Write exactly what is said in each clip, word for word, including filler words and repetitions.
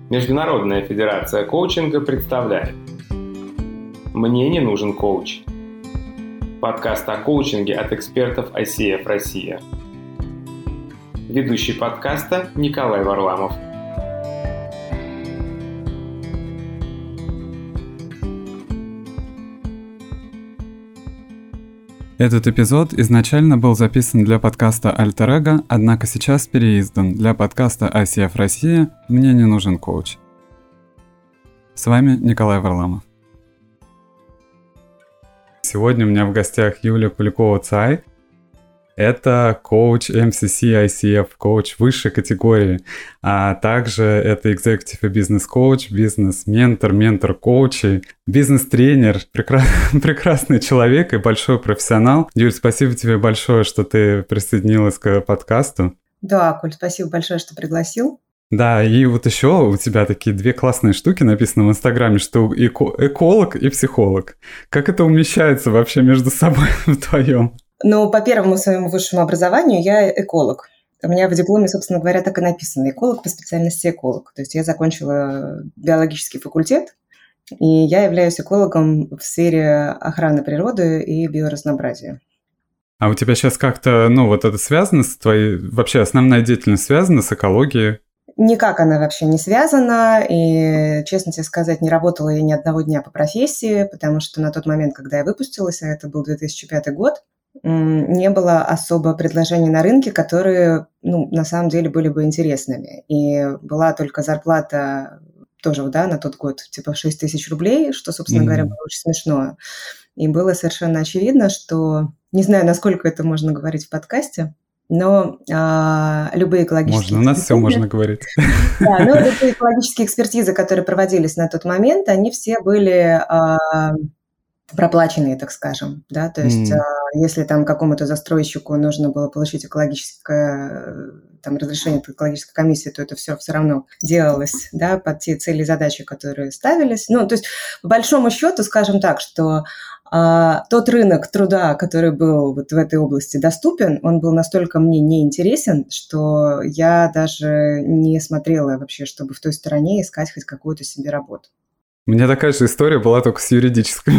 Международная федерация коучинга представляет «Мне не нужен коуч». Подкаст о коучинге от экспертов ай си эф Россия. Ведущий подкаста Николай Варламов. Этот эпизод изначально был записан для подкаста Alter Ego, однако сейчас переиздан для подкаста ай си эф Россия «Мне не нужен коуч». С вами Николай Варламов. Сегодня у меня в гостях Юлия Куликова-Цай. Это коуч эм си си ай си эф, коуч высшей категории, а также это executive и бизнес-коуч, бизнес-ментор, ментор коучей, бизнес-тренер, прекра... прекрасный человек и большой профессионал. Юль, спасибо тебе большое, что ты присоединилась к подкасту. Да, Коль, спасибо большое, что пригласил. Да, и вот еще у тебя такие две классные штуки написаны в Инстаграме, что эко... эколог и психолог. Как это умещается вообще между собой вдвоем? Ну, по первому своему высшему образованию я эколог. У меня в дипломе, собственно говоря, так и написано. Эколог по специальности эколог. То есть я закончила биологический факультет, и я являюсь экологом в сфере охраны природы и биоразнообразия. А у тебя сейчас как-то, ну, вот это связано с твоей... Вообще основная деятельность связана с экологией? Никак она вообще не связана, и, честно тебе сказать, не работала я ни одного дня по профессии, потому что на тот момент, когда я выпустилась, а это был две тысячи пятый год, не было особо предложений на рынке, которые, ну, на самом деле были бы интересными. И была только зарплата тоже, да, на тот год, типа шесть тысяч рублей, что, собственно mm-hmm. говоря, было очень смешно. И было совершенно очевидно, что, не знаю, насколько это можно говорить в подкасте, но а, любые экологические... Можно, у нас все можно говорить. Да, но любые экологические экспертизы, которые проводились на тот момент, они все были... А, проплаченные, так скажем, да, то есть mm. если там какому-то застройщику нужно было получить экологическое, там, разрешение от экологической комиссии, то это все все равно делалось, да, под те цели и задачи, которые ставились. Ну, то есть, по большому счету, скажем так, что а, тот рынок труда, который был вот в этой области доступен, он был настолько мне неинтересен, что я даже не смотрела вообще, чтобы в той стороне искать хоть какую-то себе работу. У меня такая же история была только с юридической.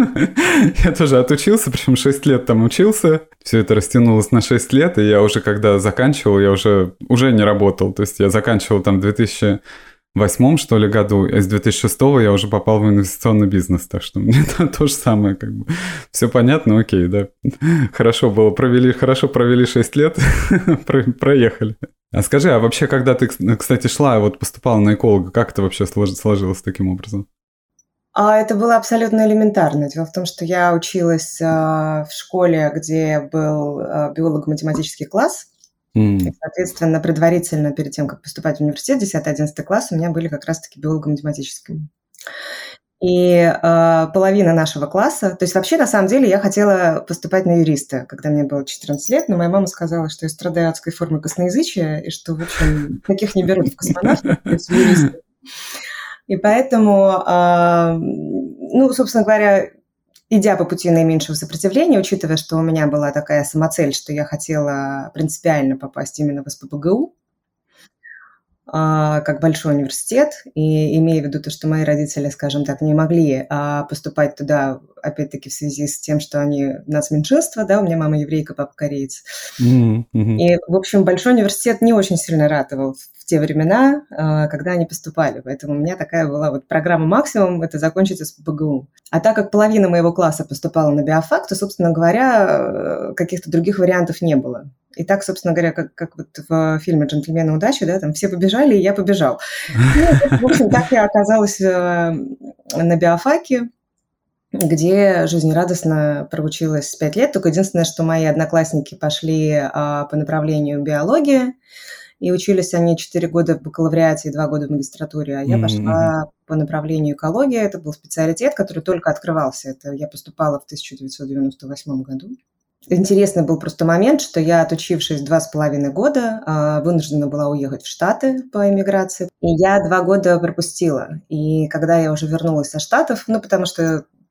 Я тоже отучился, причем шесть лет там учился. Все это растянулось на шесть лет, и я уже когда заканчивал, я уже, уже не работал. То есть я заканчивал там в две тысячи восьмом, что ли, году, а с две тысячи шестого я уже попал в инвестиционный бизнес. Так что мне то, то же самое, как бы. Все понятно, окей, да. Хорошо было, провели, хорошо провели шесть лет, проехали. А скажи, а вообще, когда ты, кстати, шла, вот поступала на эколога, как это вообще сложилось таким образом? А это было абсолютно элементарно. Дело в том, что я училась а, в школе, где был а, биолого-математический класс. Mm. И, соответственно, предварительно, перед тем, как поступать в университет, десятый-одиннадцатый класс, у меня были как раз-таки биолого-математические. И э, половина нашего класса... То есть вообще, на самом деле, я хотела поступать на юриста, когда мне было четырнадцать лет, но моя мама сказала, что я страдаю адской формой косноязычия, и что, в общем, таких не берут в космонавты, то есть в юристы. И поэтому, э, ну, собственно говоря, идя по пути наименьшего сопротивления, учитывая, что у меня была такая самоцель, что я хотела принципиально попасть именно в эс пэ бэ гэ у, как большой университет, и имея в виду то, что мои родители, скажем так, не могли поступать туда, опять-таки, в связи с тем, что они у нас меньшинство, да, у меня мама еврейка, папа кореец. Mm-hmm. И, в общем, большой университет не очень сильно ратовал в те времена, когда они поступали, поэтому у меня такая была вот программа максимум – это закончить эс пэ бэ гэ у. А так как половина моего класса поступала на биофак, то, собственно говоря, каких-то других вариантов не было. И так, собственно говоря, как, как вот в фильме «Джентльмены удачи», да, там все побежали, и я побежал. Ну, в общем, так я оказалась на биофаке, где жизнерадостно проучилась пять лет. Только единственное, что мои одноклассники пошли а, по направлению биологии, и учились они четыре года в бакалавриате и два года в магистратуре, а я mm-hmm. пошла по направлению экология. Это был специалитет, который только открывался. Это я поступала в тысяча девятьсот девяносто восьмом году. Интересный был просто момент, что я, отучившись два с половиной года, вынуждена была уехать в Штаты по эмиграции. И я два года пропустила. И когда я уже вернулась со Штатов, ну, потому что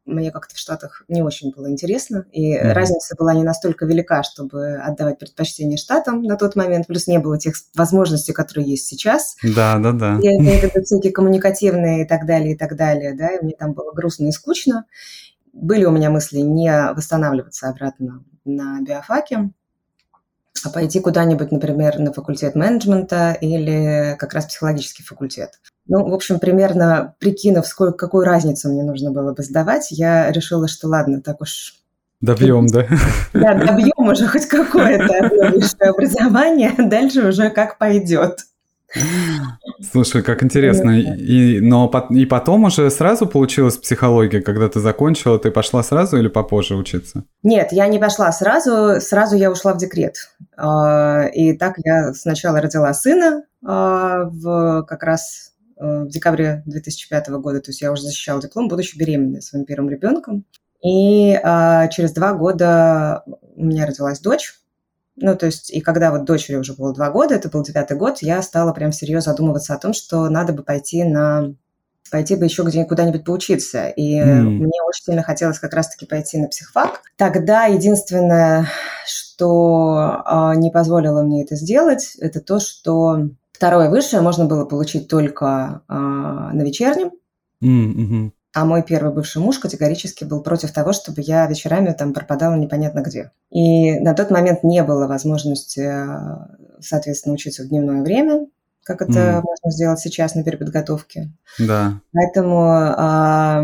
мне как-то в Штатах не очень было интересно, и mm-hmm. разница была не настолько велика, чтобы отдавать предпочтение Штатам на тот момент, плюс не было тех возможностей, которые есть сейчас. Да, да, да. Я имею в виду всякие коммуникативные и так далее, и так далее, да, и мне там было грустно и скучно. Были у меня мысли не восстанавливаться обратно на биофаке, а пойти куда-нибудь, например, на факультет менеджмента или как раз психологический факультет. Ну, в общем, примерно прикинув, сколько, какую разницу мне нужно было бы сдавать, я решила, что ладно, так уж... Добьем, да? Да, добьем уже хоть какое-то высшее образование, дальше уже как пойдет. Слушай, как интересно. И, но, и потом уже сразу получилась психология, когда ты закончила, ты пошла сразу или попозже учиться? Нет, я не пошла сразу, сразу я ушла в декрет. И так я сначала родила сына в, как раз в декабре две тысячи пятого года, то есть я уже защищала диплом, будучи беременной своим первым ребенком. И через два года у меня родилась дочь. Ну, то есть, и когда вот дочери уже было два года, это был девятый год, я стала прям всерьез задумываться о том, что надо бы пойти на... пойти бы еще где-нибудь куда-нибудь поучиться. И mm. мне очень сильно хотелось как раз-таки пойти на психфак. Тогда единственное, что э, не позволило мне это сделать, это то, что второе высшее можно было получить только э, на вечернем. Mm-hmm. А мой первый бывший муж категорически был против того, чтобы я вечерами там пропадала непонятно где. И на тот момент не было возможности, соответственно, учиться в дневное время, как это mm. можно сделать сейчас на переподготовке. Да. Поэтому а,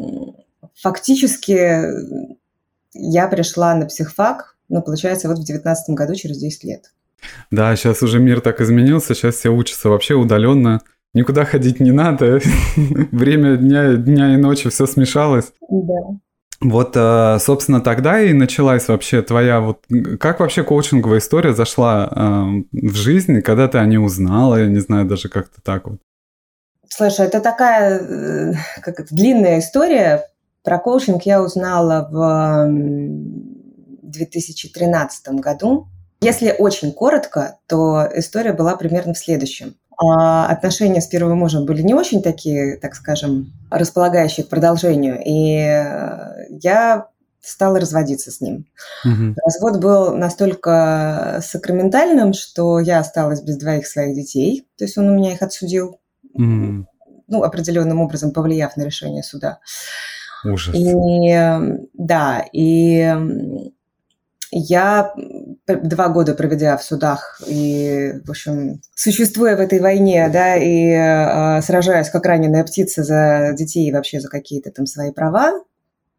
фактически я пришла на психфак, ну, получается, вот в девятнадцатом году, через десять лет. Да, сейчас уже мир так изменился, сейчас все учатся вообще удаленно. Никуда ходить не надо, время дня, дня и ночи, все смешалось. Да. Вот, собственно, тогда и началась вообще твоя вот... Как вообще коучинговая история зашла в жизнь, когда ты о ней узнала, я не знаю, даже как-то так вот? Слушай, это такая как это, длинная история. Про коучинг я узнала в две тысячи тринадцатом году. Если очень коротко, то история была примерно в следующем. Отношения с первым мужем были не очень такие, так скажем, располагающие к продолжению, и я стала разводиться с ним. Угу. Развод был настолько сакраментальным, что я осталась без двоих своих детей, то есть он у меня их отсудил, угу. ну, определенным образом повлияв на решение суда. Ужас. И да, и я два года проведя в судах и, в общем, существуя в этой войне, да, и э, сражаясь как раненая птица за детей и вообще за какие-то там свои права, э,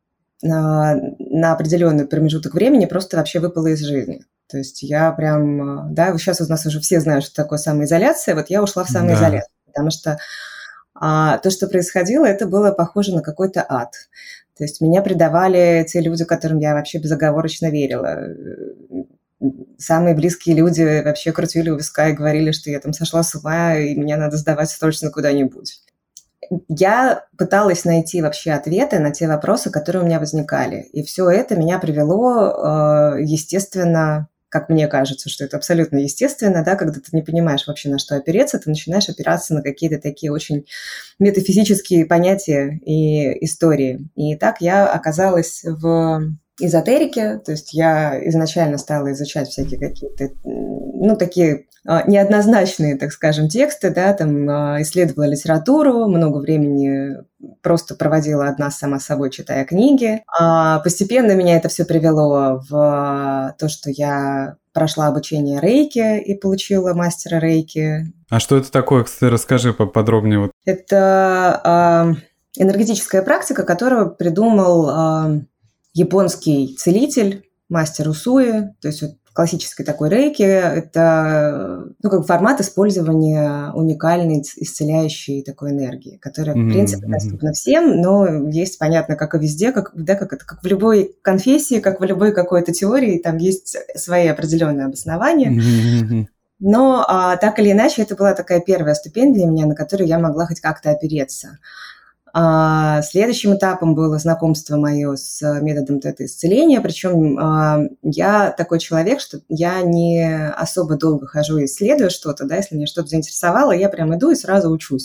на определенный промежуток времени просто вообще выпала из жизни. То есть я прям, да, сейчас у нас уже все знают, что такое самоизоляция, вот я ушла в самоизоляцию, да. Потому что а, то, что происходило, это было похоже на какой-то ад. То есть меня предавали те люди, которым я вообще безоговорочно верила. Самые близкие люди вообще крутили у виска и говорили, что я там сошла с ума, и меня надо сдавать срочно куда-нибудь. Я пыталась найти вообще ответы на те вопросы, которые у меня возникали. И все это меня привело, естественно, как мне кажется, что это абсолютно естественно, да, когда ты не понимаешь вообще, на что опереться, ты начинаешь опираться на какие-то такие очень метафизические понятия и истории. И так я оказалась в эзотерике, то есть я изначально стала изучать всякие какие-то, ну, такие неоднозначные, так скажем, тексты, да, там исследовала литературу, много времени просто проводила одна сама собой, читая книги. А постепенно меня это все привело в то, что я прошла обучение рейки и получила мастера рейки. А что это такое, кстати, расскажи поподробнее. Это э, энергетическая практика, которую придумал э, японский целитель, мастер Усуи, то есть вот классической такой рейки, это, ну, как формат использования уникальной исцеляющей такой энергии, которая, в принципе, mm-hmm. доступна всем, но есть, понятно, как и везде, как, да, как, это, как в любой конфессии, как в любой какой-то теории, там есть свои определенные обоснования. Mm-hmm. Но а, так или иначе, это была такая первая ступень для меня, на которую я могла хоть как-то опереться. А следующим этапом было знакомство мое с методом тета-исцеления, причем а, я такой человек, что я не особо долго хожу и исследую что-то, да, если меня что-то заинтересовало, я прям иду и сразу учусь.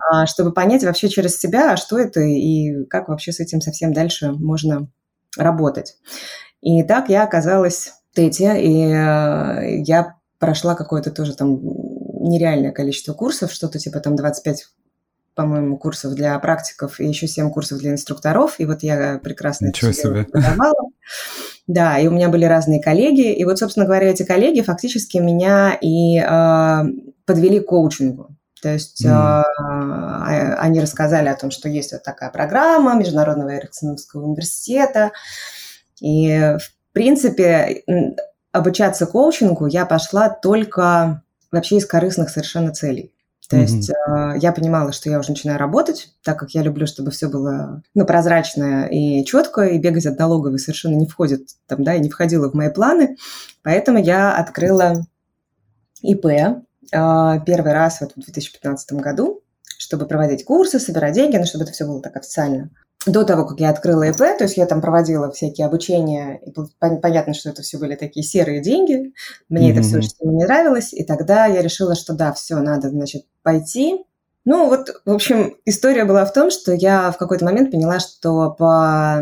чтобы понять вообще через себя, что это и как вообще с этим совсем дальше можно работать. И так я оказалась в ТЭТе, и я прошла какое-то тоже там нереальное количество курсов, что-то типа там двадцать пять, по-моему, курсов для практиков и еще семь курсов для инструкторов. И вот я прекрасно Ничего это себе. преподавала. Да, и у меня были разные коллеги. И вот, собственно говоря, эти коллеги фактически меня и э, подвели к коучингу. То есть mm. э, они рассказали о том, что есть вот такая программа Международного Эриксоновского университета. И, в принципе, обучаться коучингу я пошла только вообще из корыстных совершенно целей. То mm-hmm. есть э, я понимала, что я уже начинаю работать, так как я люблю, чтобы все было ну, прозрачно и четко, и бегать от налоговой совершенно не входит там, да, и не входило в мои планы. Поэтому я открыла ИП э, первый раз вот в две тысячи пятнадцатом году, чтобы проводить курсы, собирать деньги, но чтобы это все было так официально. До того, как я открыла ИП, то есть я там проводила всякие обучения, и понятно, что это все были такие серые деньги, мне mm-hmm. это все очень не нравилось, и тогда я решила, что да, все, надо, значит, пойти. Ну вот, в общем, история была в том, что я в какой-то момент поняла, что по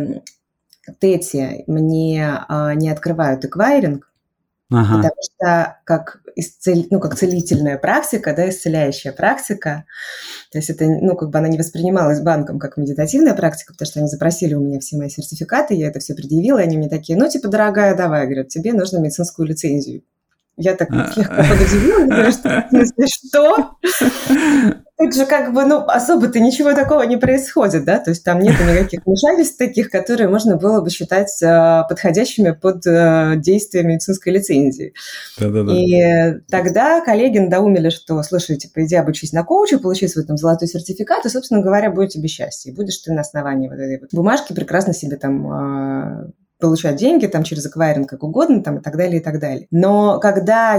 ТЭТе мне а, не открывают эквайринг, ага. потому что как, исцел... ну, как целительная практика, да, исцеляющая практика, то есть это, ну, как бы она не воспринималась банком как медитативная практика, потому что они запросили у меня все мои сертификаты, я это все предъявила, и они мне такие, ну, типа, дорогая, давай, говорят, тебе нужно медицинскую лицензию. Я так слегка подозревала, говорю, что, в смысле, что? Тут же как бы, ну, особо-то ничего такого не происходит, да, то есть там нет никаких вмешательств таких, которые можно было бы считать uh, подходящими под uh, действие медицинской лицензии. Да-да-да. И тогда коллеги надоумили, что, слушай, типа, иди обучись на коуча, получи свой там золотой сертификат, и, собственно говоря, будет тебе счастье. И будешь ты на основании вот этой вот бумажки прекрасно себе там... Uh, получать деньги там через эквайринг как угодно там, и так далее, и так далее. Но когда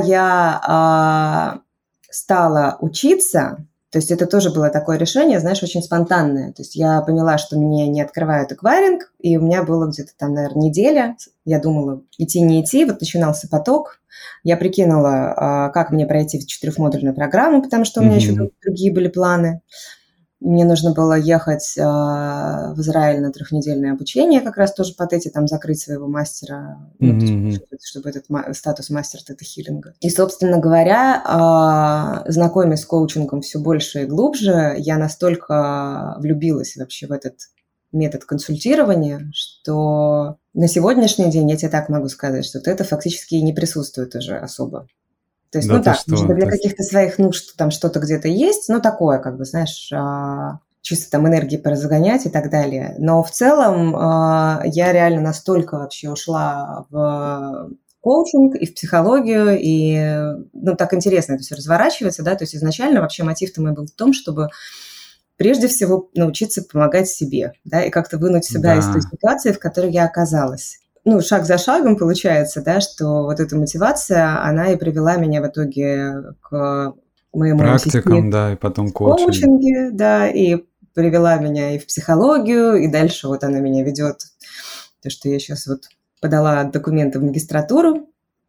я э, стала учиться, то есть это тоже было такое решение, знаешь, очень спонтанное. То есть я поняла, что мне не открывают эквайринг, и у меня было где-то там, наверное, неделя. Я думала, идти, не идти. Вот начинался поток. Я прикинула, э, как мне пройти в четырехмодульную программу, потому что у меня mm-hmm. еще другие были планы. Мне нужно было ехать э, в Израиль на трехнедельное обучение, как раз тоже по ТЭТе, там закрыть своего мастера, mm-hmm. чтобы, чтобы этот ма- статус мастер тета-хиллинга. И, собственно говоря, э, знакомясь с коучингом все больше и глубже, я настолько влюбилась вообще в этот метод консультирования, что на сегодняшний день, я тебе так могу сказать, что это фактически и не присутствует уже особо. То есть, да, ну так, что? Может, для каких-то своих нужд там что-то где-то есть, ну такое, как бы, знаешь, чисто там энергии поразгонять и так далее. Но в целом я реально настолько вообще ушла в коучинг и в психологию, и, ну, так интересно это все разворачивается, да, то есть изначально вообще мотив-то мой был в том, чтобы прежде всего научиться помогать себе, да, и как-то вынуть себя да. из той ситуации, в которой я оказалась. Ну, шаг за шагом получается, да, что вот эта мотивация, она и привела меня в итоге к моему практикам, да, и потом коучинг. коучинге, да, и привела меня и в психологию, и дальше вот она меня ведет, то, что я сейчас вот подала документы в магистратуру.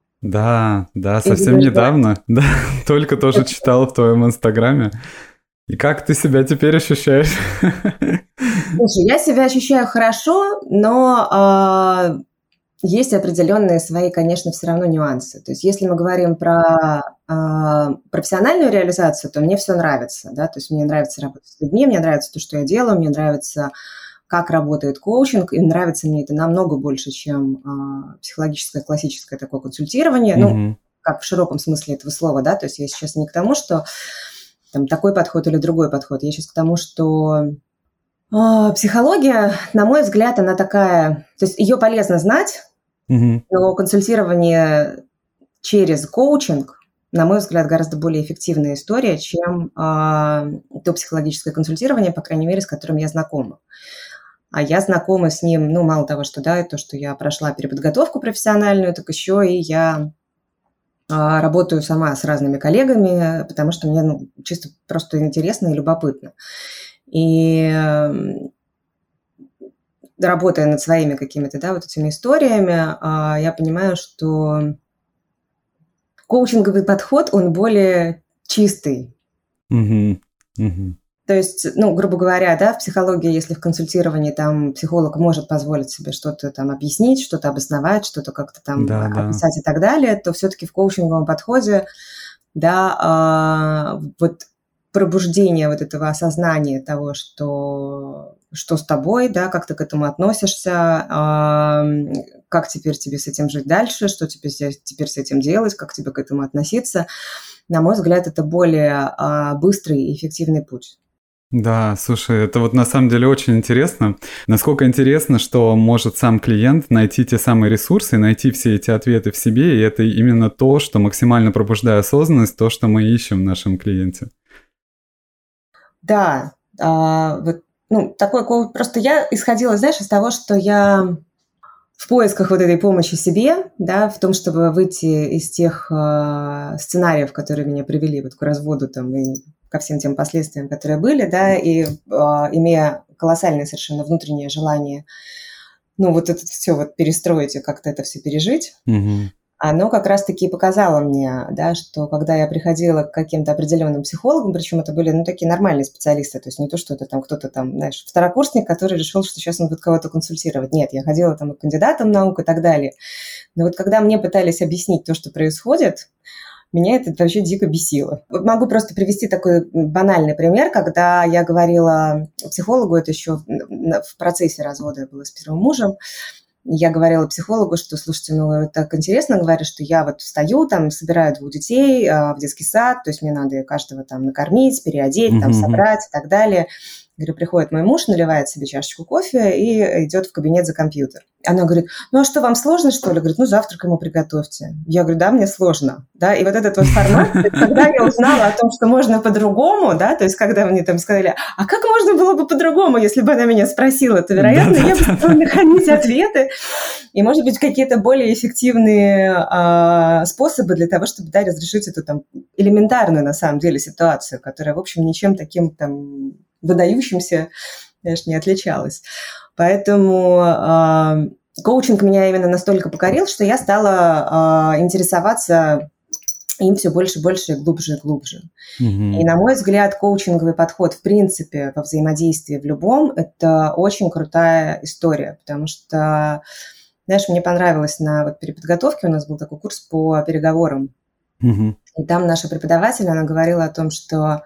Да, да, совсем недавно, да, только тоже читала в твоем инстаграме. И как ты себя теперь ощущаешь? Слушай, я себя ощущаю хорошо, но... Есть определенные свои, конечно, все равно нюансы. То есть если мы говорим про э, профессиональную реализацию, то мне все нравится. Да? То есть мне нравится работать с людьми, мне нравится то, что я делаю, мне нравится, как работает коучинг, и нравится мне это намного больше, чем э, психологическое, классическое такое консультирование, mm-hmm. ну, как в широком смысле этого слова, да, то есть я сейчас не к тому, что там такой подход или другой подход, я сейчас к тому, что... Психология, на мой взгляд, она такая... То есть ее полезно знать, mm-hmm. но консультирование через коучинг, на мой взгляд, гораздо более эффективная история, чем э, то психологическое консультирование, по крайней мере, с которым я знакома. А я знакома с ним, ну, мало того, что, да, то, что я прошла переподготовку профессиональную, так еще и я э, работаю сама с разными коллегами, потому что мне ну, чисто просто интересно и любопытно. И работая над своими какими-то, да, вот этими историями, я понимаю, что коучинговый подход, он более чистый. Mm-hmm. Mm-hmm. То есть, ну, грубо говоря, да, в психологии, если в консультировании там психолог может позволить себе что-то там объяснить, что-то обосновать, что-то как-то там Да, да. описать и так далее, то все-таки в коучинговом подходе, да, а, вот пробуждение вот этого осознания того, что, что с тобой, да, как ты к этому относишься, а, как теперь тебе с этим жить дальше, что тебе теперь с этим делать, как тебе к этому относиться, на мой взгляд, это более а, быстрый и эффективный путь. Да, слушай, это вот на самом деле очень интересно. Насколько интересно, что может сам клиент найти те самые ресурсы, найти все эти ответы в себе, и это именно то, что максимально пробуждает осознанность, то, что мы ищем в нашем клиенте. Да, а, вот, ну, такой, просто я исходила, знаешь, из того, что я в поисках вот этой помощи себе, да, в том, чтобы выйти из тех э, сценариев, которые меня привели вот к разводу там и ко всем тем последствиям, которые были, да, и э, имея колоссальное совершенно внутреннее желание, ну, вот это все вот перестроить и как-то это все пережить, mm-hmm. оно как раз-таки показало мне, да, что когда я приходила к каким-то определенным психологам, причем это были, ну, такие нормальные специалисты, то есть не то, что это там кто-то там, знаешь, второкурсник, который решил, что сейчас он будет кого-то консультировать. Нет, я ходила там и к кандидатам наук и так далее. Но вот когда мне пытались объяснить то, что происходит, меня это вообще дико бесило. Могу просто привести такой банальный пример, когда я говорила психологу, это еще в процессе развода было с первым мужем, я говорила психологу, что, слушайте, ну, так интересно, говорю, что я вот встаю, там, собираю двух детей а, в детский сад, то есть мне надо каждого там накормить, переодеть, mm-hmm. там, собрать и так далее. Говорю, приходит мой муж, наливает себе чашечку кофе и идет в кабинет за компьютер. Она говорит, ну, а что, вам сложно, что ли? Говорит, ну, завтрак ему приготовьте. Я говорю, да, мне сложно. Да, и вот этот вот формат, когда я узнала о том, что можно по-другому, да, то есть когда мне там сказали, а как можно было бы по-другому, если бы она меня спросила, то, вероятно, я бы стала находить ответы и, может быть, какие-то более эффективные а, способы для того, чтобы, да, разрешить эту там элементарную, на самом деле, ситуацию, которая, в общем, ничем таким там выдающимся, знаешь, не отличалась. Поэтому э, коучинг меня именно настолько покорил, что я стала э, интересоваться им все больше и больше, и глубже и глубже. Mm-hmm. И, на мой взгляд, коучинговый подход, в принципе, во взаимодействии в любом, это очень крутая история, потому что, знаешь, мне понравилось на вот переподготовке, у нас был такой курс по переговорам, mm-hmm. и там наша преподаватель, она говорила о том, что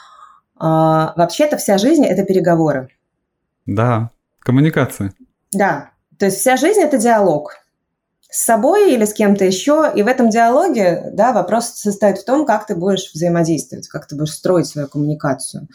Uh, вообще-то вся жизнь – это переговоры. Да, коммуникация. Да, то есть вся жизнь – это диалог с собой или с кем-то еще, и в этом диалоге, да, вопрос состоит в том, как ты будешь взаимодействовать, как ты будешь строить свою коммуникацию.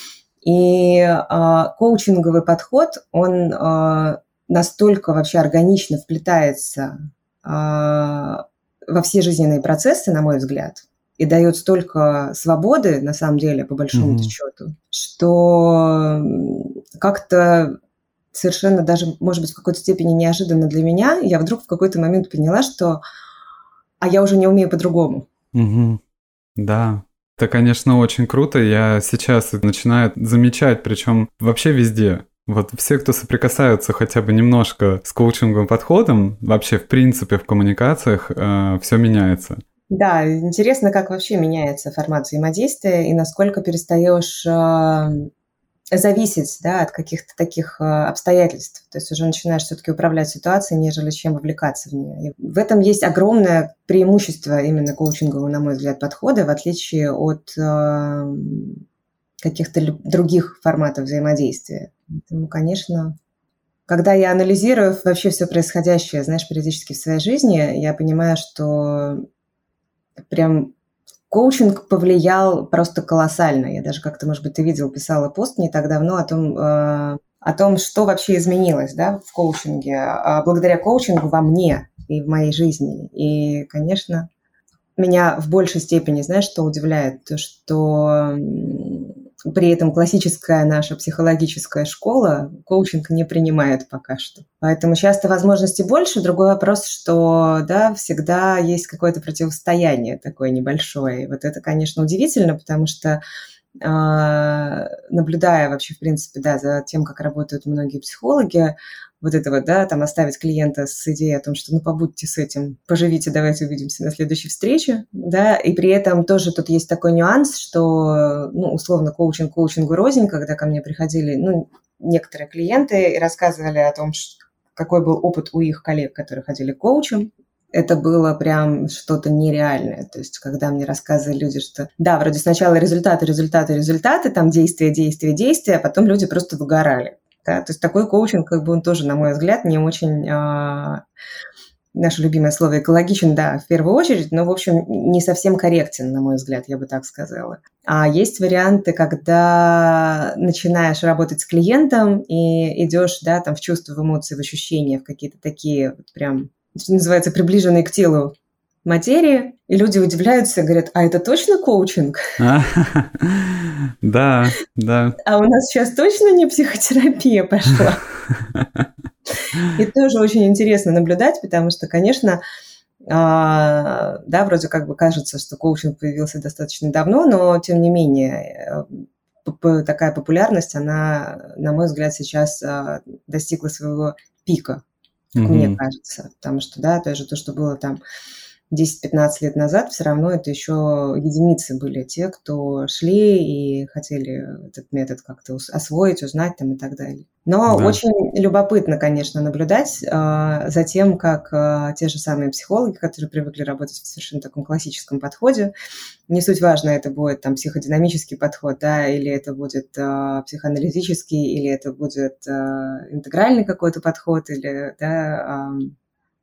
И uh, коучинговый подход, он uh, настолько вообще органично вплетается uh, во все жизненные процессы, на мой взгляд, и дает столько свободы, на самом деле, по большому mm-hmm. счету, что как-то совершенно даже, может быть, в какой-то степени неожиданно для меня, я вдруг в какой-то момент поняла, что а я уже не умею по-другому. Mm-hmm. Да, это, конечно, очень круто. Я сейчас начинаю замечать, причем вообще везде. Вот все, кто соприкасаются хотя бы немножко с коучинговым подходом, вообще, в принципе, в коммуникациях э, все меняется. Да, интересно, как вообще меняется формат взаимодействия и насколько перестаешь э, зависеть, да, от каких-то таких э, обстоятельств. То есть уже начинаешь все-таки управлять ситуацией, нежели чем вовлекаться в нее. И в этом есть огромное преимущество именно коучингового, на мой взгляд, подхода, в отличие от э, каких-то других форматов взаимодействия. Поэтому, конечно, когда я анализирую вообще все происходящее, знаешь, периодически в своей жизни, я понимаю, что прям коучинг повлиял просто колоссально. Я даже как-то, может быть, ты видел, писала пост не так давно о том, э, о том, что вообще изменилось, да, в коучинге, а благодаря коучингу во мне и в моей жизни. И, конечно, меня в большей степени, знаешь, что удивляет? То, что при этом классическая наша психологическая школа коучинг не принимает пока что. Поэтому часто возможностей больше. Другой вопрос, что, да, всегда есть какое-то противостояние такое небольшое. И вот это, конечно, удивительно, потому что наблюдая вообще, в принципе, да, за тем, как работают многие психологи, вот это вот, да, там оставить клиента с идеей о том, что ну побудьте с этим, поживите, давайте увидимся на следующей встрече, да, и при этом тоже тут есть такой нюанс, что, ну, условно, коучинг коучингу рознь, когда ко мне приходили, ну, некоторые клиенты и рассказывали о том, какой был опыт у их коллег, которые ходили к коучам. Это было прям что-то нереальное. То есть, когда мне рассказывали люди, что да, вроде сначала результаты, результаты, результаты, там действия, действия, действия, а потом люди просто выгорали. Да? То есть, такой коучинг, как бы он тоже, на мой взгляд, не очень, а, наше любимое слово, экологичен, да, в первую очередь, но, в общем, не совсем корректен, на мой взгляд, я бы так сказала. А есть варианты, когда начинаешь работать с клиентом и идешь, да, там в чувства, в эмоции, в ощущения, в какие-то такие вот прям, что называется, приближенные к телу материи, и люди удивляются и говорят, а это точно коучинг? Да, да. А у нас сейчас точно не психотерапия пошла? И тоже очень интересно наблюдать, потому что, конечно, да, вроде как бы кажется, что коучинг появился достаточно давно, но, тем не менее, такая популярность, она, на мой взгляд, сейчас достигла своего пика, как mm-hmm. мне кажется. Потому что, да, даже то, что было там десять-пятнадцать лет назад, все равно это еще единицы были те, кто шли и хотели этот метод как-то освоить, узнать там и так далее. Но да. Очень любопытно, конечно, наблюдать э, за тем, как э, те же самые психологи, которые привыкли работать в совершенно таком классическом подходе, не суть важно, это будет там психодинамический подход, да, или это будет э, психоаналитический, или это будет э, интегральный какой-то подход, или, да, э,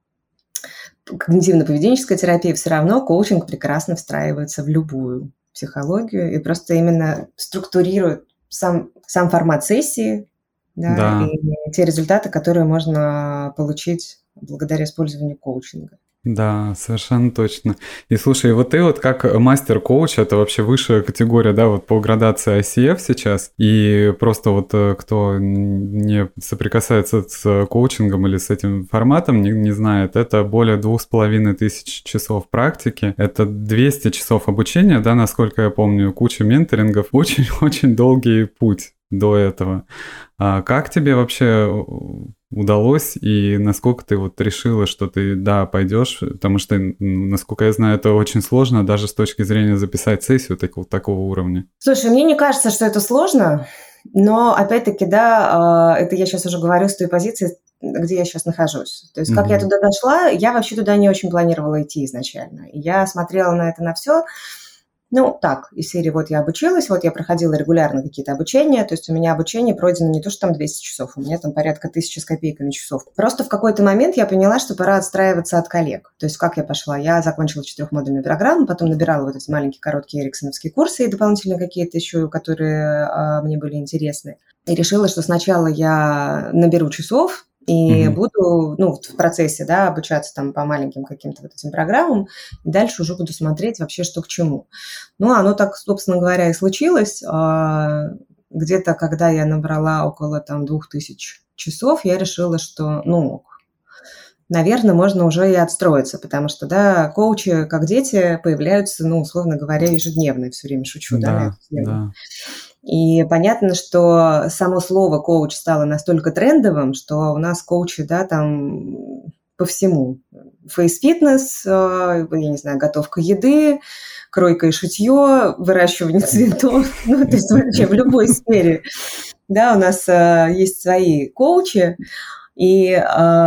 когнитивно-поведенческая терапия, все равно коучинг прекрасно встраивается в любую психологию и просто именно структурирует сам, сам формат сессии, да, да. И те результаты, которые можно получить благодаря использованию коучинга. Да, совершенно точно. И слушай, вот ты вот как мастер-коуч, это вообще высшая категория, да, вот по градации ай си эф сейчас, и просто вот кто не соприкасается с коучингом или с этим форматом, не, не знает, это более двух с половиной тысяч часов практики, это двести часов обучения, да, насколько я помню, куча менторингов, очень-очень долгий путь до этого. А как тебе вообще удалось и насколько ты вот решила, что ты, да, пойдешь, потому что, насколько я знаю, это очень сложно даже с точки зрения записать сессию такого, такого уровня. Слушай, мне не кажется, что это сложно, но, опять-таки, да, это я сейчас уже говорю с той позиции, где я сейчас нахожусь. То есть, как mm-hmm. я туда дошла, я вообще туда не очень планировала идти изначально. Я смотрела на это на все. Ну, так, из серии вот я обучилась, вот я проходила регулярно какие-то обучения, то есть у меня обучение пройдено не то, что там двести часов, у меня там порядка тысячи с копейками часов. Просто в какой-то момент я поняла, что пора отстраиваться от коллег. То есть как я пошла? Я закончила четырехмодульную программу, потом набирала вот эти маленькие короткие эриксоновские курсы и дополнительно какие-то еще, которые а, мне были интересны. И решила, что сначала я наберу часов, и mm-hmm. буду, ну, в процессе, да, обучаться там по маленьким каким-то вот этим программам, и дальше уже буду смотреть вообще, что к чему. Ну, оно так, собственно говоря, и случилось. Где-то, когда я набрала около там двух тысяч часов, я решила, что, ну, наверное, можно уже и отстроиться, потому что, да, коучи, как дети, появляются, ну, условно говоря, ежедневно, все время шучу, да, да, на эту тему. Да. И понятно, что само слово «коуч» стало настолько трендовым, что у нас коучи, да, там по всему. Фейс-фитнес, я не знаю, готовка еды, кройка и шитье, выращивание цветов, ну, то есть вообще в любой сфере. Да, у нас есть свои коучи, и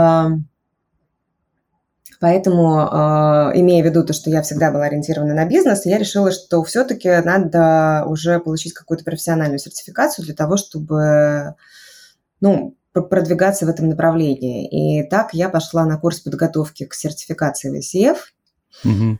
поэтому, э, имея в виду то, что я всегда была ориентирована на бизнес, я решила, что все-таки надо уже получить какую-то профессиональную сертификацию для того, чтобы, ну, продвигаться в этом направлении. И так я пошла на курс подготовки к сертификации в ай си эф. Mm-hmm.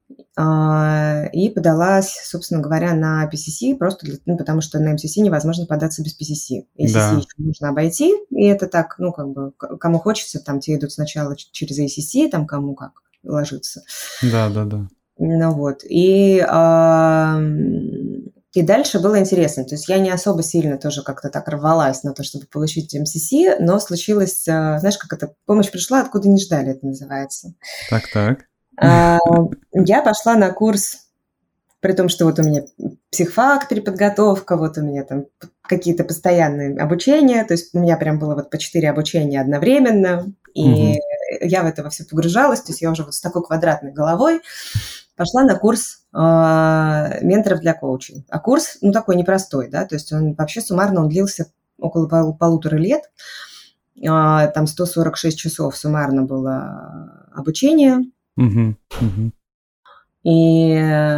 И подалась, собственно говоря, на пи си си, просто для, ну, потому что на эм си си невозможно податься без пи си си. эй си си да. Еще нужно обойти, и это так, ну, как бы, кому хочется, там, те идут сначала через эй си си, там, кому как ложиться. Да, да, да. Ну, вот, и, а, и дальше было интересно, то есть я не особо сильно тоже как-то так рвалась на то, чтобы получить эм си си, но случилось, знаешь, как это, помощь пришла, откуда не ждали, это называется. Так-так. Я пошла на курс, при том, что вот у меня психфак, переподготовка, вот у меня там какие-то постоянные обучения, то есть у меня прям было вот по четыре обучения одновременно, и угу. я в это во все погружалась, то есть я уже вот с такой квадратной головой пошла на курс э, менторов для коучей. А курс, ну, такой непростой, да, то есть он вообще суммарно он длился около пол, полутора лет, э, там сто сорок шесть часов суммарно было обучение, угу. Угу. и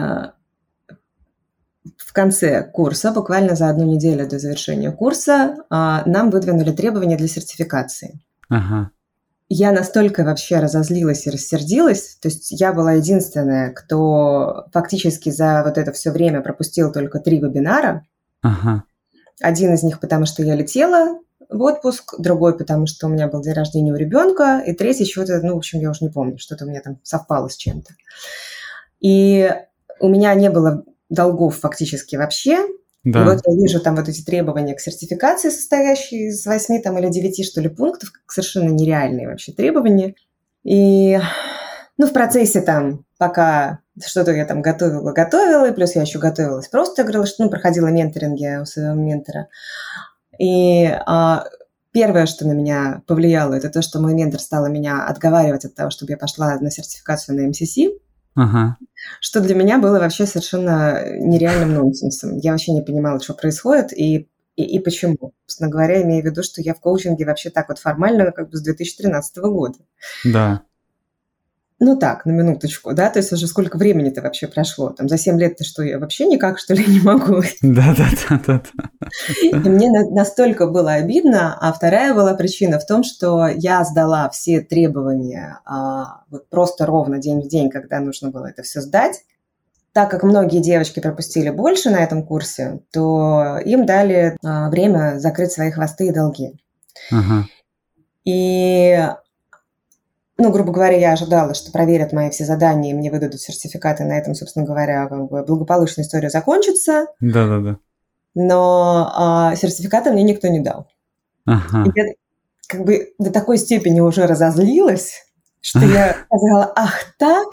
в конце курса, буквально за одну неделю до завершения курса, нам выдвинули требования для сертификации. Ага. Я настолько вообще разозлилась и рассердилась, то есть я была единственная, кто фактически за вот это все время пропустил только три вебинара. Ага. Один из них, потому что я летела в отпуск, другой, потому что у меня был день рождения у ребенка, и третий чего-то, ну, в общем, я уже не помню, что-то у меня там совпало с чем-то. И у меня не было долгов фактически вообще. Да. И вот я вижу там вот эти требования к сертификации, состоящие из восьми там, или девяти, что ли, пунктов, совершенно нереальные вообще требования. И, ну, в процессе там, пока что-то я там готовила, готовила, и плюс я еще готовилась просто, я говорила, что, ну, проходила менторинги у своего ментора. И а, первое, что на меня повлияло, это то, что мой ментор стал меня отговаривать от того, чтобы я пошла на сертификацию на эм си си. Ага. Что для меня было вообще совершенно нереальным нонсенсом. Я вообще не понимала, что происходит и, и, и почему. Собственно говоря, имея в виду, что я в коучинге вообще так вот формально как бы с две тысячи тринадцатого года. Да. Ну так, на минуточку, да, то есть уже сколько времени-то вообще прошло? Там за семь лет-то что, я вообще никак, что ли, не могу? Да-да-да. И мне настолько было обидно, а вторая была причина в том, что я сдала все требования а, вот просто ровно день в день, когда нужно было это все сдать. Так как многие девочки пропустили больше на этом курсе, то им дали а, время закрыть свои хвосты и долги. Ага. И... Ну, грубо говоря, я ожидала, что проверят мои все задания, и мне выдадут сертификаты. На этом, собственно говоря, как бы благополучная история закончится. Да-да-да. Но а, сертификаты мне никто не дал. Ага. И я как бы до такой степени уже разозлилась, что я сказала, ах так?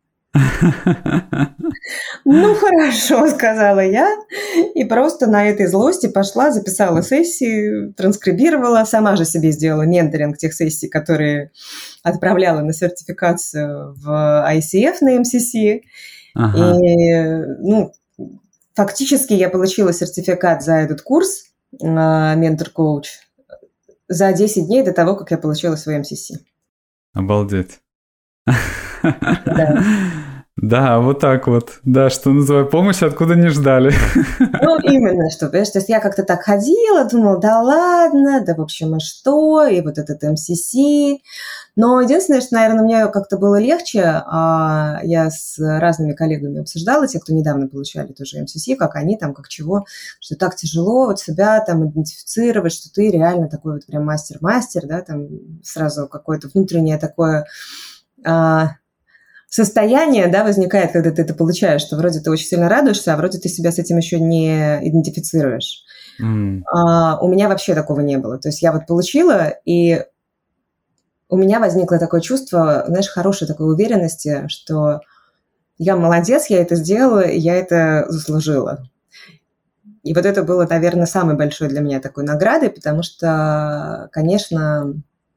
Ну, хорошо, сказала я. И просто на этой злости пошла, записала сессии, транскрибировала, сама же себе сделала менторинг тех сессий, которые отправляла на сертификацию в ай си эф на эм си си. Ага. И, ну, фактически я получила сертификат за этот курс ментор-коуч за десять дней до того, как я получила свой эм си си. Обалдеть. Да. Да, вот так вот. Да, что называется, помощь откуда не ждали. Ну, именно, что, понимаешь, то есть я как-то так ходила, думала, да ладно, да в общем, и что, и вот этот эм си си. Но единственное, что, наверное, мне как-то было легче, а я с разными коллегами обсуждала, те, кто недавно получали тоже эм си си, как они там, как чего, что так тяжело вот себя там идентифицировать, что ты реально такой вот прям мастер-мастер, да, там сразу какое-то внутреннее такое... А, состояние, да, возникает, когда ты это получаешь, что вроде ты очень сильно радуешься, а вроде ты себя с этим еще не идентифицируешь. Mm. А, у меня вообще такого не было. То есть я вот получила, и у меня возникло такое чувство, знаешь, хорошей такой уверенности, что я молодец, я это сделала, и я это заслужила. И вот это было, наверное, самой большой для меня такой наградой, потому что, конечно,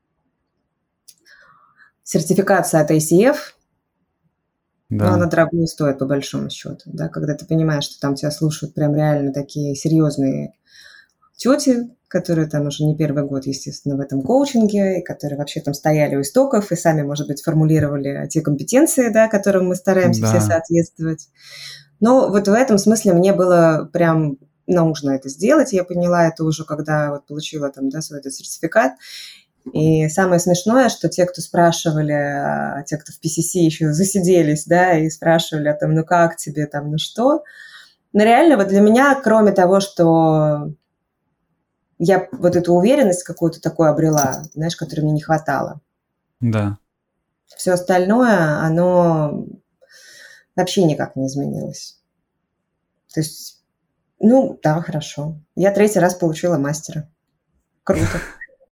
сертификация от ай си эф, да. Но она дорого стоит, по большому счету, да, когда ты понимаешь, что там тебя слушают прям реально такие серьезные тети, которые там уже не первый год, естественно, в этом коучинге, и которые вообще там стояли у истоков и сами, может быть, формулировали те компетенции, да, которым мы стараемся да. все соответствовать. Но вот в этом смысле мне было прям нужно это сделать. Я поняла это уже, когда вот получила там, да, свой этот сертификат. И самое смешное, что те, кто спрашивали, те, кто в пи си си еще засиделись, да, и спрашивали о том, ну как тебе там, ну что, но реально вот для меня, кроме того, что я вот эту уверенность какую-то такую обрела, знаешь, которой мне не хватало. Да. Все остальное, оно вообще никак не изменилось. То есть, ну, да, хорошо. Я третий раз получила мастера. Круто.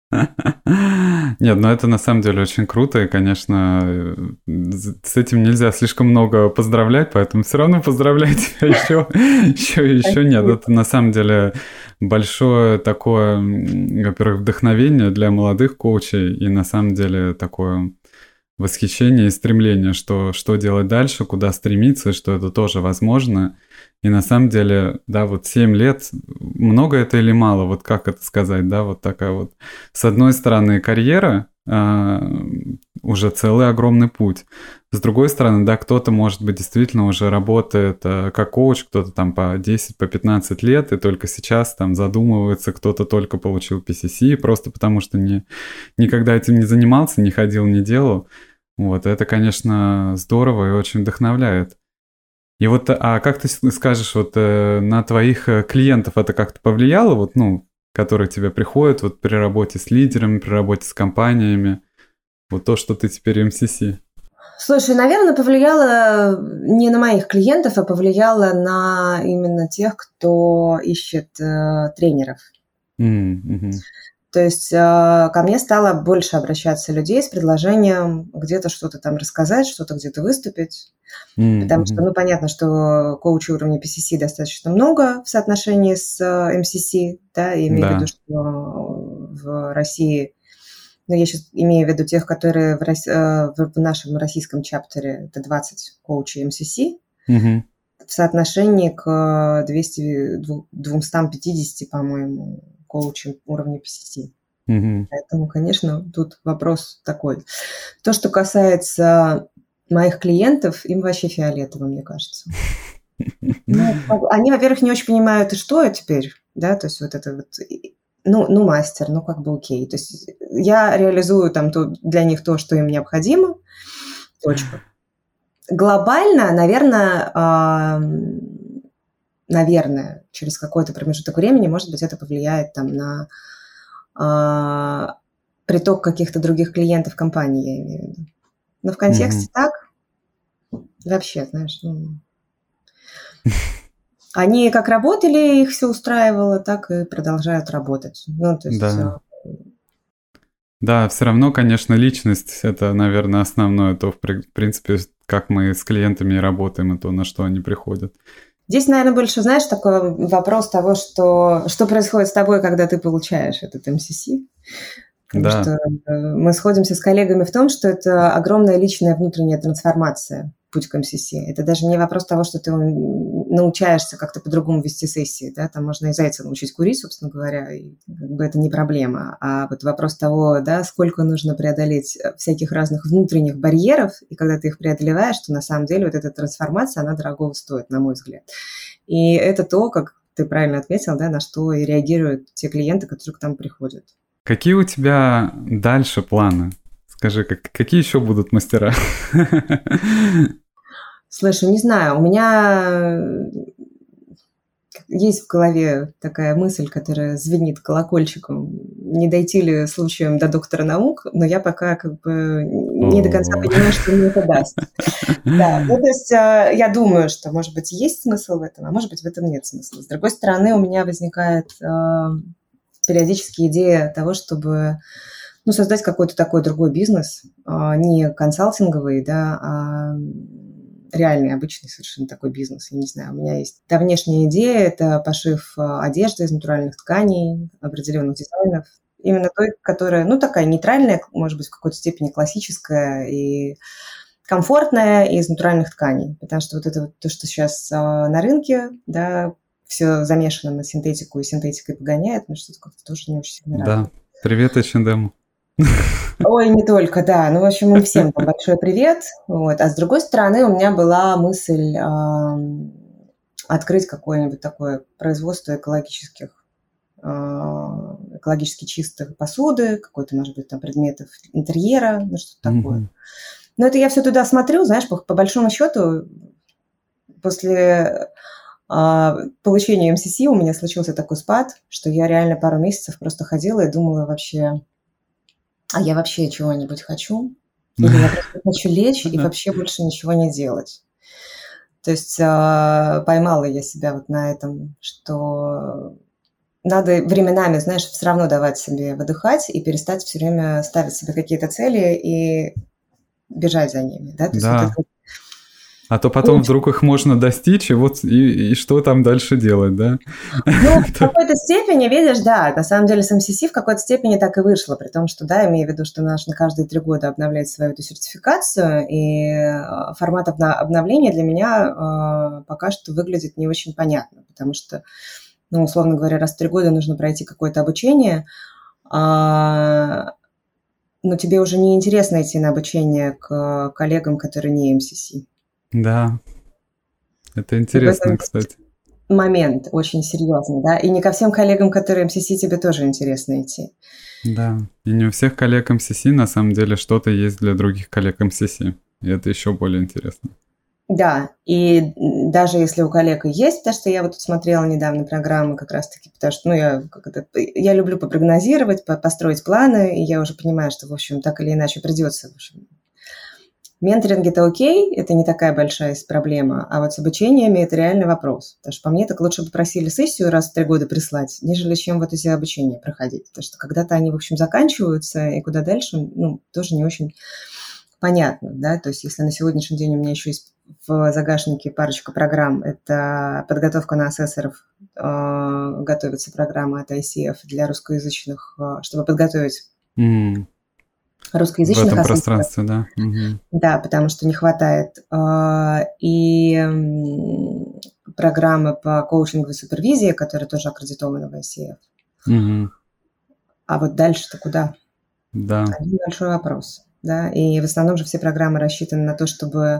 Нет, ну это на самом деле очень круто, и, конечно, с этим нельзя слишком много поздравлять, поэтому все равно поздравляю тебя еще, еще, еще нет. Это на самом деле большое такое, во-первых, вдохновение для молодых коучей, и на самом деле такое восхищение и стремление, что, что делать дальше, куда стремиться, что это тоже возможно. И на самом деле, да, вот семь лет, много это или мало, вот как это сказать, да, вот такая вот, с одной стороны, карьера, э, уже целый огромный путь, с другой стороны, да, кто-то, может быть, действительно уже работает э, как коуч, кто-то там по десять, по пятнадцать лет, и только сейчас там задумывается, кто-то только получил пи си си, просто потому что не, никогда этим не занимался, не ходил, не делал. Вот, это, конечно, здорово и очень вдохновляет. И вот, а как ты скажешь, вот э, на твоих клиентов это как-то повлияло, вот, ну, которые тебе приходят вот при работе с лидерами, при работе с компаниями, вот то, что ты теперь эм си си? Слушай, наверное, повлияло не на моих клиентов, а повлияло на именно тех, кто ищет э, тренеров. Mm-hmm. То есть э, ко мне стало больше обращаться людей с предложением где-то что-то там рассказать, что-то где-то выступить. Mm-hmm. Потому что, ну, понятно, что коучей уровня пи си си достаточно много в соотношении с эм си си, да, и имею да. в виду, что в России, ну, я сейчас имею в виду тех, которые в, Рос... в нашем российском чаптере, это двадцать коучей эм си си, mm-hmm. в соотношении к двести, двести пятьдесят, по-моему, коучем уровня пи си си. Mm-hmm. Поэтому, конечно, тут вопрос такой. То, что касается моих клиентов, им вообще фиолетово, мне кажется. Ну, они, во-первых, не очень понимают, и что теперь, да, то есть вот это вот, ну, ну, мастер, ну, как бы окей. То есть я реализую там то, для них то, что им необходимо, точка. Глобально, наверное, э, наверное, через какой-то промежуток времени, может быть, это повлияет там на э, приток каких-то других клиентов компании, я имею в виду. Но в контексте mm-hmm. так, вообще, знаешь, ну, они как работали, их все устраивало, так и продолжают работать. Ну, то есть... Да. Да, все равно, конечно, личность – это, наверное, основное, то, в принципе, как мы с клиентами работаем, и то, на что они приходят. Здесь, наверное, больше, знаешь, такой вопрос того, что, что происходит с тобой, когда ты получаешь этот эм си си. Потому да. что мы сходимся с коллегами в том, что это огромная личная внутренняя трансформация, путь к эм си си. Это даже не вопрос того, что ты научаешься как-то по-другому вести сессии, да, там можно и зайца научить курить, собственно говоря, и как бы это не проблема. А вот вопрос того, да, сколько нужно преодолеть всяких разных внутренних барьеров, и когда ты их преодолеваешь, то на самом деле вот эта трансформация, она дорого стоит, на мой взгляд. И это то, как ты правильно отметил, да, на что и реагируют те клиенты, которые к нам приходят. Какие у тебя дальше планы? Скажи, как, какие еще будут мастера? Слушай, не знаю, у меня есть в голове такая мысль, которая звенит колокольчиком. Не дойти ли случаем до доктора наук, но я пока как бы не до конца понимаю, что мне это даст. Да, ну то есть я думаю, что, может быть, есть смысл в этом, а может быть, в этом нет смысла. С другой стороны, у меня возникает периодически идея того, чтобы ну, создать какой-то такой другой бизнес, не консалтинговый, да, а реальный, обычный совершенно такой бизнес. Я не знаю, у меня есть та внешняя идея, это пошив одежды из натуральных тканей, определенных дизайнов. Именно той, которая, ну, такая нейтральная, может быть, в какой-то степени классическая и комфортная из натуральных тканей. Потому что вот это вот то, что сейчас на рынке, да, все замешано на синтетику и синтетикой погоняет, но что-то как-то тоже не очень сильно радует. Да, привет эйч энд эм. Ой, не только, да. Ну, в общем, им всем большой привет. Вот. А с другой стороны, у меня была мысль э, открыть какое-нибудь такое производство экологических, э, экологически чистых посуды, какой-то, может быть, там предметов интерьера, ну, что-то mm-hmm. такое. Но это я все туда смотрю, знаешь, по, по большому счету, после э, получения эм си си у меня случился такой спад, что я реально пару месяцев просто ходила и думала вообще... А я вообще чего-нибудь хочу? Или я просто хочу лечь и вообще больше ничего не делать? То есть э, поймала я себя вот на этом, что надо временами, знаешь, все равно давать себе выдыхать и перестать все время ставить себе какие-то цели и бежать за ними, да? То есть да. вот это... А то потом Очень... вдруг их можно достичь, и вот и, и что там дальше делать, да? Ну, в какой-то степени, видишь, да, на самом деле с эм си си в какой-то степени так и вышло, при том, что, да, имею в виду, что нужно каждые три года обновлять свою эту сертификацию, и формат обновления для меня пока что выглядит не очень понятно, потому что, ну, условно говоря, раз в три года нужно пройти какое-то обучение, но тебе уже не интересно идти на обучение к коллегам, которые не эм си си. Да, это интересно, кстати. Момент очень серьезный, да, и не ко всем коллегам, которые эм си си, тебе тоже интересно идти. Да, и не у всех коллег эм си си на самом деле что-то есть для других коллег эм си си, и это еще более интересно. Да, и даже если у коллег и есть, потому что я вот тут смотрела недавно программы как раз-таки, потому что, ну, я, как это, я люблю попрогнозировать, построить планы, и я уже понимаю, что, в общем, так или иначе придется, в общем, менторинг – это окей, это не такая большая проблема, а вот с обучениями это реальный вопрос. Потому что по мне так лучше бы просили сессию раз в три года прислать, нежели чем вот эти обучения проходить. Потому что когда-то они, в общем, заканчиваются, и куда дальше, ну, тоже не очень понятно, да. То есть если на сегодняшний день у меня еще есть в загашнике парочка программ, это подготовка на асессоров, э, готовится программа от ай си эф для русскоязычных, э, чтобы подготовить mm. русскоязычных в этом асессоров. пространстве, да. Угу. Да, потому что не хватает. И программы по коучингу и супервизии, которые тоже аккредитованы в ай си эф. Угу. А вот дальше-то куда? Да. Один большой вопрос. Да? И в основном же все программы рассчитаны на то, чтобы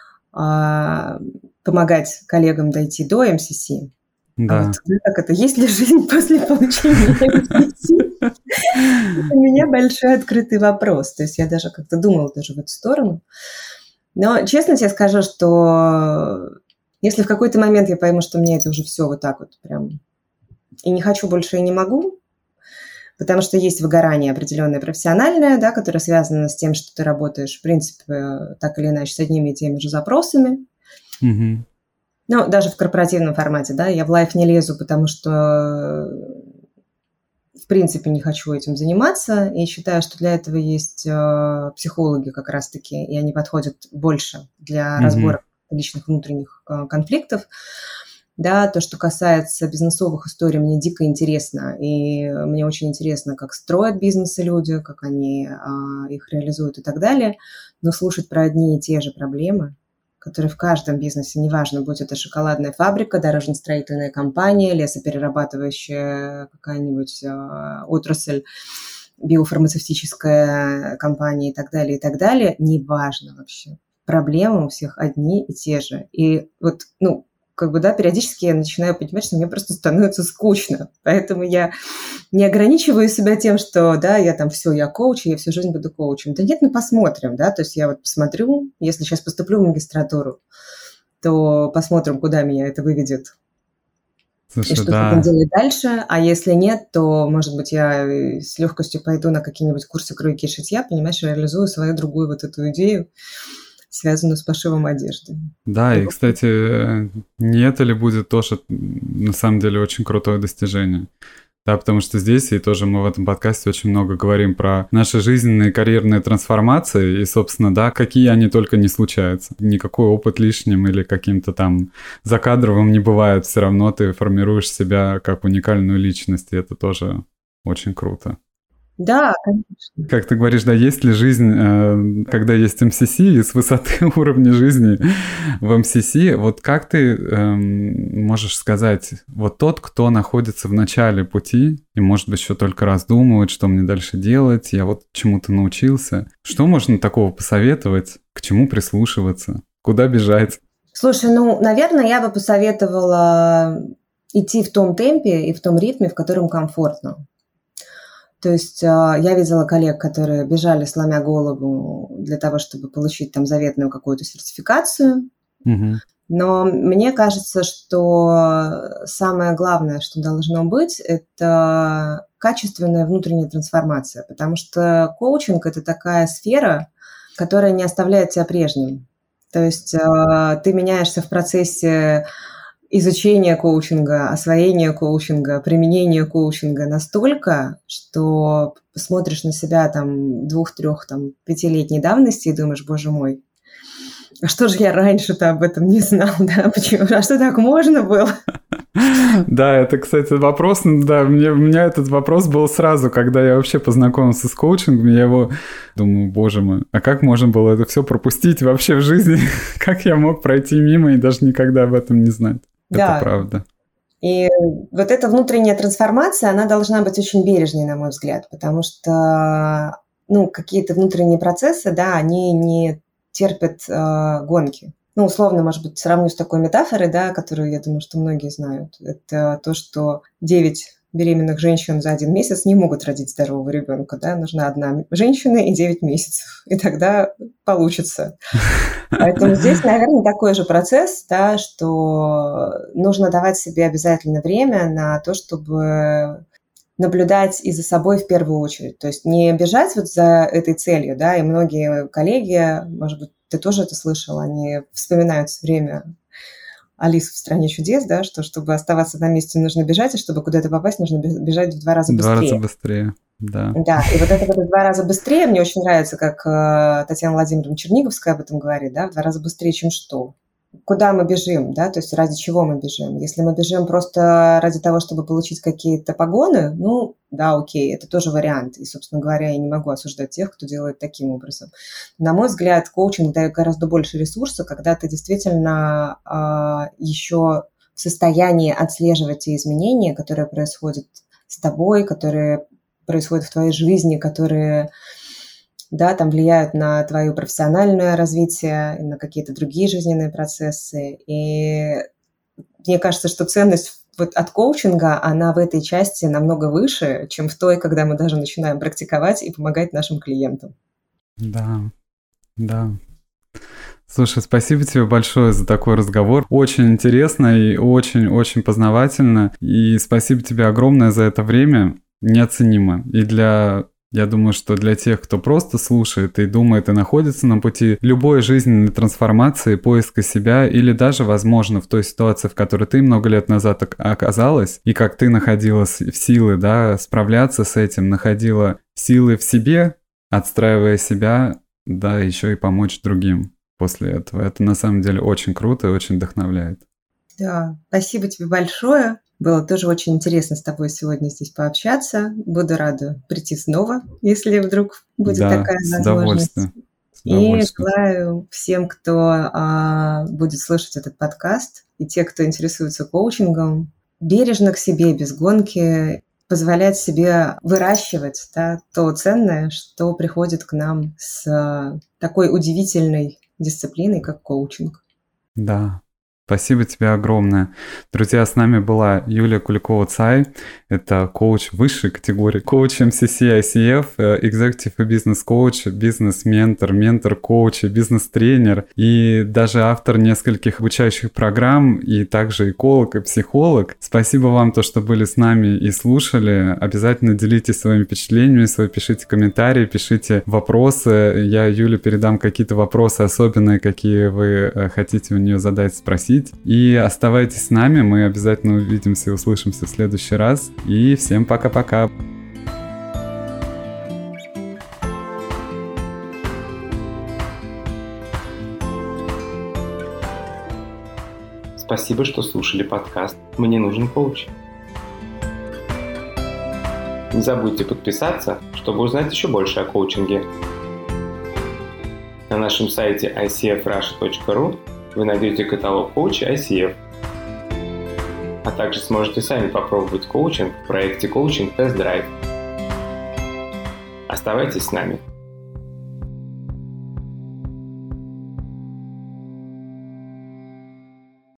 помогать коллегам дойти до эм си си. Да. А вот как это? Есть ли жизнь после получения эм си си? У меня большой открытый вопрос. То есть я даже как-то думала даже в эту сторону. Но честно тебе скажу, что если в какой-то момент я пойму, что мне это уже все вот так вот прям и не хочу больше и не могу, потому что есть выгорание определенное профессиональное, да, которое связано с тем, что ты работаешь, в принципе, так или иначе с одними и теми же запросами. Угу. Ну, даже в корпоративном формате, да, я в лайф не лезу, потому что, в принципе, не хочу этим заниматься, и считаю, что для этого есть э, психологи как раз-таки, и они подходят больше для mm-hmm. разбора личных внутренних э, конфликтов. Да, то, что касается бизнесовых историй, мне дико интересно, и мне очень интересно, как строят бизнесы люди, как они э, их реализуют и так далее, но слушать про одни и те же проблемы, которые в каждом бизнесе, неважно, будь это шоколадная фабрика, дорожно-строительная компания, лесоперерабатывающая какая-нибудь э, отрасль, биофармацевтическая компания и так далее, и так далее, неважно вообще. Проблемы у всех одни и те же. И вот, ну, как бы, да, периодически я начинаю понимать, что мне просто становится скучно. Поэтому я не ограничиваю себя тем, что, да, я там все, я коуч, и я всю жизнь буду коучем. Да нет, ну посмотрим, да, то есть я вот посмотрю, если сейчас поступлю в магистратуру, то посмотрим, куда меня это выведет. Слушай, и что да. с этим делать дальше. А если нет, то, может быть, я с легкостью пойду на какие-нибудь курсы кройки и шитья, понимаешь, реализую свою другую вот эту идею, связанную с пошивом одежды. Да, и, кстати, не это ли будет тоже, на самом деле, очень крутое достижение? Да, потому что здесь, и тоже мы в этом подкасте очень много говорим про наши жизненные карьерные трансформации, и, собственно, да, какие они только не случаются. Никакой опыт лишним или каким-то там закадровым не бывает, все равно ты формируешь себя как уникальную личность, и это тоже очень круто. Да, конечно. Как ты говоришь, да, есть ли жизнь, когда есть эм си си, и с высоты уровня жизни в эм си си, вот как ты эм, можешь сказать, вот тот, кто находится в начале пути, и, может быть, еще только раздумывает, что мне дальше делать, я вот чему-то научился, что можно такого посоветовать, к чему прислушиваться, куда бежать? Слушай, ну, наверное, я бы посоветовала идти в том темпе и в том ритме, в котором комфортно. То есть я видела коллег, которые бежали, сломя голову, для того, чтобы получить там заветную какую-то сертификацию. Mm-hmm. Но мне кажется, что самое главное, что должно быть, это качественная внутренняя трансформация. Потому что коучинг – это такая сфера, которая не оставляет тебя прежним. То есть ты меняешься в процессе изучение коучинга, освоение коучинга, применение коучинга настолько, что смотришь на себя там двух, трех, там, пятилетней давности и думаешь, боже мой, а что же я раньше-то об этом не знал, да, почему, а что так можно было? Да, это, кстати, вопрос, да, мне, у меня этот вопрос был сразу, когда я вообще познакомился с коучингом, я его думаю, боже мой, а как можно было это все пропустить вообще в жизни? Как я мог пройти мимо и даже никогда об этом не знать? Да. Это правда. И вот эта внутренняя трансформация, она должна быть очень бережной, на мой взгляд, потому что, ну, какие-то внутренние процессы, да, они не терпят э, гонки. Ну, условно, может быть, сравню с такой метафорой, да, которую, я думаю, что многие знают. Это то, что девять беременных женщин за один месяц не могут родить здорового ребенка, да, нужна одна женщина и девять месяцев, и тогда получится. Поэтому здесь, наверное, такой же процесс, да, что нужно давать себе обязательно время на то, чтобы наблюдать и за собой в первую очередь. То есть не бежать вот за этой целью, да, и многие коллеги, может быть, ты тоже это слышал, они вспоминают все время Алису в «Стране чудес», да, что чтобы оставаться на месте, нужно бежать, и чтобы куда-то попасть, нужно бежать в два раза быстрее. Два раза быстрее, да. Да, и вот это вот в два раза быстрее, мне очень нравится, как э, Татьяна Владимировна Черниговская об этом говорит, да, в два раза быстрее, чем что. Куда мы бежим, да, то есть ради чего мы бежим. Если мы бежим просто ради того, чтобы получить какие-то погоны, ну, да, окей, это тоже вариант. И, собственно говоря, я не могу осуждать тех, кто делает таким образом. На мой взгляд, коучинг дает гораздо больше ресурса, когда ты действительно э, еще в состоянии отслеживать те изменения, которые происходят с тобой, которые происходят в твоей жизни, которые... да, там влияют на твое профессиональное развитие, на какие-то другие жизненные процессы. И мне кажется, что ценность вот от коучинга, она в этой части намного выше, чем в той, когда мы даже начинаем практиковать и помогать нашим клиентам. Да, да. Слушай, спасибо тебе большое за такой разговор. Очень интересно и очень-очень познавательно. И спасибо тебе огромное за это время. Неоценимо. И для... Я думаю, что для тех, кто просто слушает и думает и находится на пути любой жизненной трансформации, поиска себя или даже, возможно, в той ситуации, в которой ты много лет назад оказалась, и как ты находила силы, да, справляться с этим, находила силы в себе, отстраивая себя, да, еще и помочь другим после этого. Это на самом деле очень круто и очень вдохновляет. Да, спасибо тебе большое. Было тоже очень интересно с тобой сегодня здесь пообщаться. Буду рада прийти снова, если вдруг будет да, такая с возможность. С и желаю всем, кто а, будет слушать этот подкаст, и те, кто интересуется коучингом, бережно к себе, без гонки, позволять себе выращивать, да, то ценное, что приходит к нам с а, такой удивительной дисциплиной, как коучинг. Да. Спасибо тебе огромное. Друзья, с нами была Юлия Куликова-Цай. Это коуч высшей категории. Коуч эм си си ай си эф, Executive и бизнес-коуч, бизнес-ментор, ментор-коуч, бизнес-тренер и даже автор нескольких обучающих программ, и также эколог и психолог. Спасибо вам, то, что были с нами и слушали. Обязательно делитесь своими впечатлениями, свои, пишите комментарии, пишите вопросы. Я Юле передам какие-то вопросы особенные, какие вы хотите у нее задать, спросить. И оставайтесь с нами, мы обязательно увидимся и услышимся в следующий раз. И всем пока-пока. Спасибо, что слушали подкаст «Мне нужен коуч». Не забудьте подписаться, чтобы узнать еще больше о коучинге. На нашем сайте ай си эф раша точка ру вы найдете каталог коуча ай си эф, а также сможете сами попробовать коучинг в проекте «Коучинг Тест Драйв». Оставайтесь с нами.